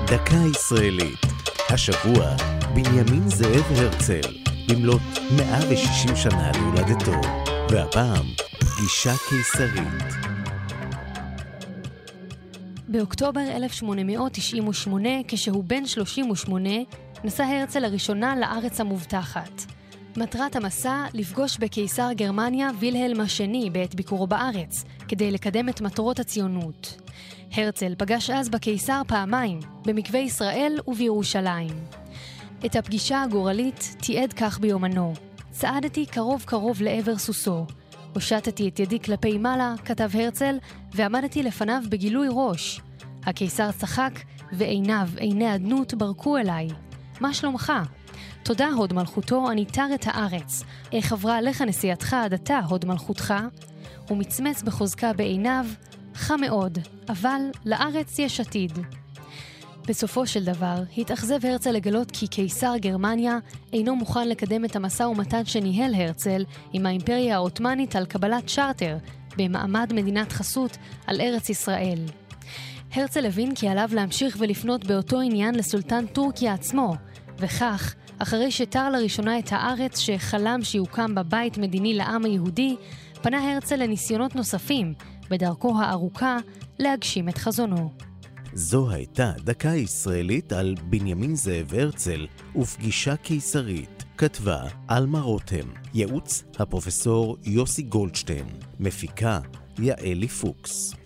דקה ישראלית. השבוע, בנימין זאב הרצל, במלאת 160 שנה להולדתו, והפעם, פגישה קיסרית. באוקטובר 1898, כשהוא בן 38, נסע הרצל לראשונה לארץ המובטחת. מטרת המסע לפגוש בקיסר גרמניה וילהלם השני בעת ביקורו בארץ, כדי לקדם את מטרות הציונות. הרצל פגש אז בקיסר פעמיים, במקווה ישראל ובירושלים. את הפגישה הגורלית תיעד כך ביומנו: צעדתי קרוב לעבר סוסו. הושטתי את ידי כלפי מעלה, כתב הרצל, ועמדתי לפניו בגילוי ראש. הקיסר צחק, ועיניו, עיני אדנות, ברקו אליי. מה שלומך? תודה הוד מלכותו, אני תר את הארץ. איך עברה עליך נסיעתך עד עתה, הוד מלכותך? הוא מצמץ בחוזקה בעיניו, חם מאוד, אבל לארץ יש עתיד. בסופו של דבר, התאכזב הרצל לגלות כי קיסר גרמניה אינו מוכן לקדם את המשא ומתן שניהל הרצל עם האימפריה העות'מאנית על קבלת צ'רטר במעמד מדינת חסות על ארץ ישראל. הרצל הבין כי עליו להמשיך ולפנות באותו עניין לסולטן טורקיה עצמו, וכך, אחרי שתר לראשונה את הארץ שחלם שיוקם בבית מדיני לעם היהודי, פנה הרצל לניסיונות נוספים, בדרכו הארוכה להגשים את חזונו. זו הייתה דקה ישראלית על בנימין זאב הרצל ופגישה קיסרית. כתבה אלמה רותם, ייעוץ הפרופסור יוסי גולדשטיין, מפיקה יעלי פוקס.